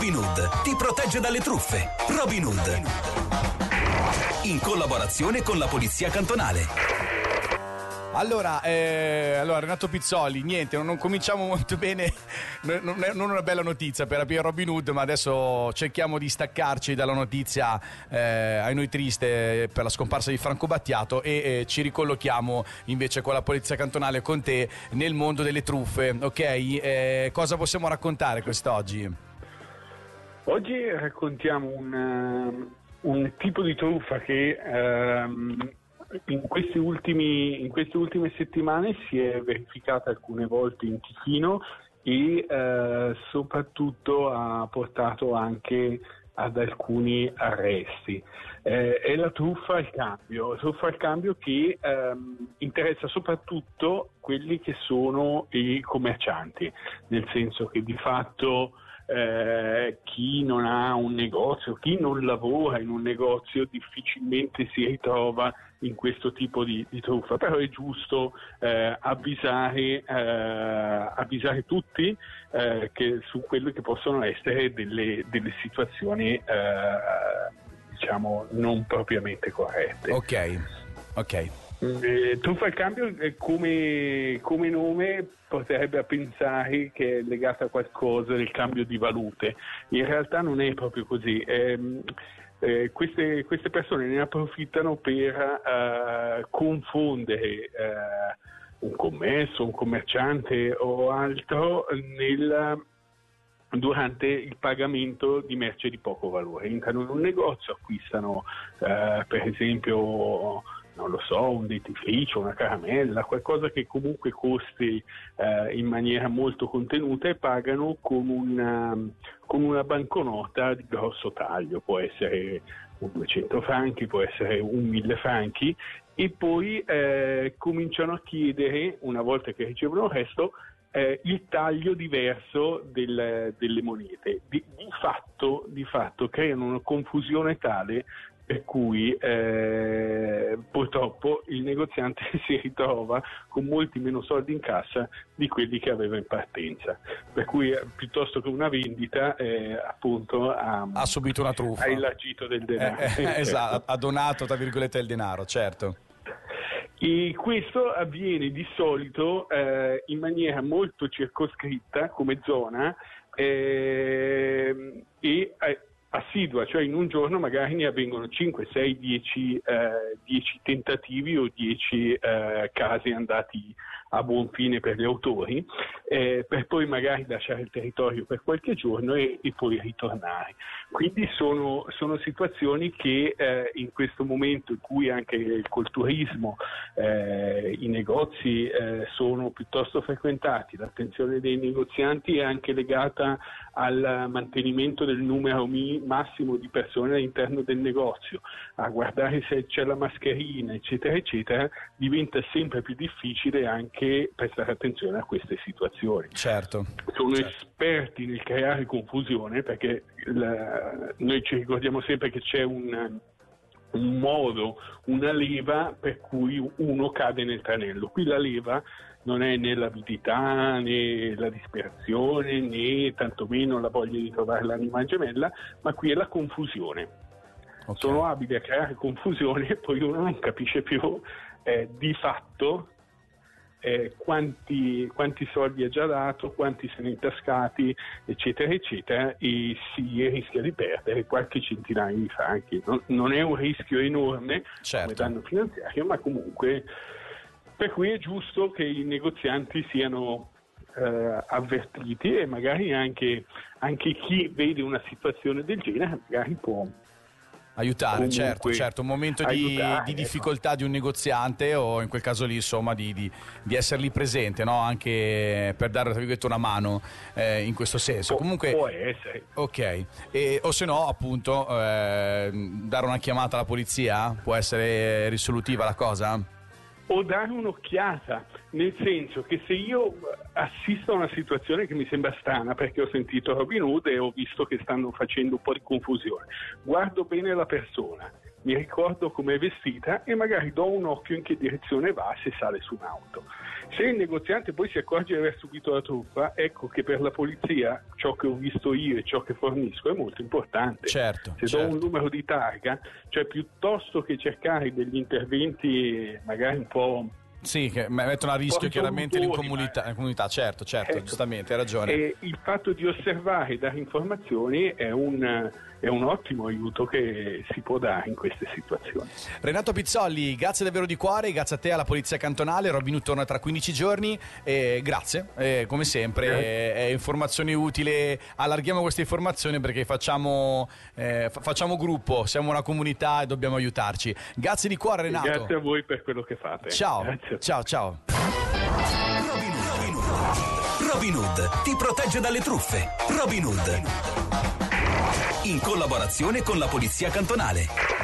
Robin Hood ti protegge dalle truffe. Robin Hood, in collaborazione con la Polizia Cantonale. Allora, Renato Pizzoli, niente, non cominciamo molto bene, non una bella notizia per aprire Robin Hood, ma adesso cerchiamo di staccarci dalla notizia ai noi triste per la scomparsa di Franco Battiato e ci ricollochiamo invece con la Polizia Cantonale, con te, nel mondo delle truffe, ok? Cosa possiamo raccontare quest'oggi? Oggi raccontiamo un tipo di truffa che in queste ultime settimane si è verificata alcune volte in Ticino e soprattutto ha portato anche ad alcuni arresti. È la truffa al cambio che interessa soprattutto quelli che sono i commercianti, nel senso che di fatto chi non ha un negozio, chi non lavora in un negozio difficilmente si ritrova in questo tipo di truffa, però è giusto avvisare tutti su quello che possono essere delle situazioni diciamo non propriamente corrette. Ok. Truffa al cambio come nome porterebbe a pensare che è legata a qualcosa del cambio di valute. In realtà non è proprio così. Queste persone ne approfittano per confondere un commesso, un commerciante o altro durante il pagamento di merce di poco valore. Entrano in un negozio, acquistano per esempio, non lo so, un dentifricio, una caramella, qualcosa che comunque costi in maniera molto contenuta e pagano con una banconota di grosso taglio, può essere un 200 franchi, può essere un 1000 franchi, e poi cominciano a chiedere, una volta che ricevono il resto, il taglio diverso delle monete. Di fatto creano una confusione tale per cui purtroppo il negoziante si ritrova con molti meno soldi in cassa di quelli che aveva in partenza, per cui piuttosto che una vendita appunto ha subito una truffa, ha elargito del denaro. Esatto, ha donato tra virgolette il denaro, certo. E questo avviene di solito in maniera molto circoscritta come zona e assidua, cioè in un giorno magari ne avvengono 5, 6, 10 tentativi o 10 casi andati a buon fine per gli autori, per poi magari lasciare il territorio per qualche giorno e poi ritornare. Quindi sono situazioni che in questo momento in cui anche col turismo i negozi sono piuttosto frequentati, l'attenzione dei negozianti è anche legata al mantenimento del numero massimo di persone all'interno del negozio, a guardare se c'è la mascherina, eccetera, eccetera, diventa sempre più difficile anche prestare attenzione a queste situazioni. Certo. Sono esperti nel creare confusione, perché noi ci ricordiamo sempre che c'è un modo, una leva per cui uno cade nel tranello. Qui la leva non è né l'avidità, né la disperazione, né tantomeno la voglia di trovare l'anima gemella, ma qui è la confusione. Okay. Sono abili a creare confusione e poi uno non capisce più di fatto quanti soldi ha già dato, quanti se ne è intascati, eccetera, eccetera, e si rischia di perdere qualche centinaio di franchi. Non è un rischio enorme, certo, come danno finanziario, ma comunque, per cui è giusto che i negozianti siano avvertiti e magari anche chi vede una situazione del genere magari può aiutare, certo, un momento di difficoltà di un negoziante, o in quel caso lì insomma di essere lì presente, no? Anche per dare tra virgolette una mano in questo senso. Comunque può essere. Ok, o se no appunto dare una chiamata alla polizia può essere risolutiva la cosa? O dare un'occhiata, nel senso che se io assisto a una situazione che mi sembra strana, perché ho sentito Robin Hood e ho visto che stanno facendo un po' di confusione, guardo bene la persona, mi ricordo com'è vestita e magari do un occhio in che direzione va se sale su un'auto. Se il negoziante poi si accorge di aver subito la truffa, ecco che per la polizia ciò che ho visto io e ciò che fornisco è molto importante. Certo, se do un numero di targa, cioè piuttosto che cercare degli interventi magari un po'... Sì, che mettono a rischio chiaramente la comunità, certo, ecco, giustamente, hai ragione. E il fatto di osservare e dare informazioni è un ottimo aiuto che si può dare in queste situazioni. Renato Pizzoli, grazie davvero di cuore, grazie a te, alla Polizia Cantonale. Robin Hood torna tra 15 giorni, grazie, come sempre, è informazione utile, allarghiamo queste informazioni perché facciamo gruppo, siamo una comunità e dobbiamo aiutarci. Grazie di cuore, Renato. Grazie a voi per quello che fate. Ciao, grazie. ciao. Robin Hood ti protegge dalle truffe. Robin Hood, in collaborazione con la Polizia Cantonale.